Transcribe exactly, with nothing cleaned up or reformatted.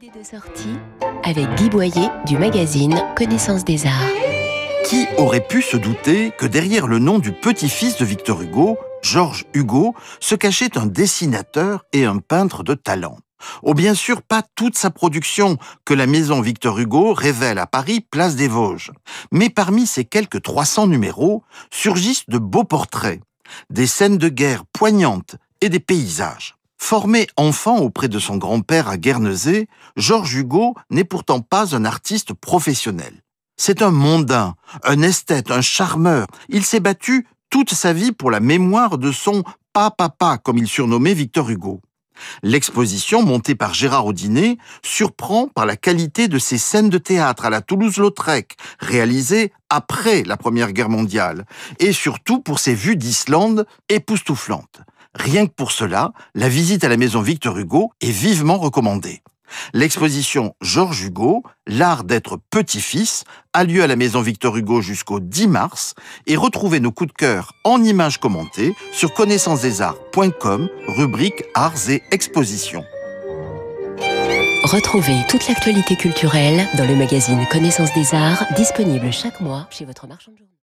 Idée de sortie avec Guy Boyer du magazine Connaissance des Arts. Qui aurait pu se douter que derrière le nom du petit-fils de Victor Hugo, Georges Hugo, se cachait un dessinateur et un peintre de talent? Oh, bien sûr, pas toute sa production que la maison Victor Hugo révèle à Paris, place des Vosges. Mais parmi ces quelques trois cents numéros, surgissent de beaux portraits, des scènes de guerre poignantes et des paysages. Formé enfant auprès de son grand-père à Guernesey, Georges Hugo n'est pourtant pas un artiste professionnel. C'est un mondain, un esthète, un charmeur. Il s'est battu toute sa vie pour la mémoire de son « pas-papa », comme il surnommait Victor Hugo. L'exposition, montée par Gérard Audinet, surprend par la qualité de ses scènes de théâtre à la Toulouse-Lautrec, réalisées après la Première Guerre mondiale, et surtout pour ses vues d'Islande époustouflantes. Rien que pour cela, la visite à la maison Victor Hugo est vivement recommandée. L'exposition Georges Hugo, l'art d'être petit-fils, a lieu à la maison Victor Hugo jusqu'au dix mars et retrouvez nos coups de cœur en images commentées sur connaissance des arts point com, rubrique Arts et Expositions. Retrouvez toute l'actualité culturelle dans le magazine Connaissance des Arts, disponible chaque mois chez votre marchand de journaux.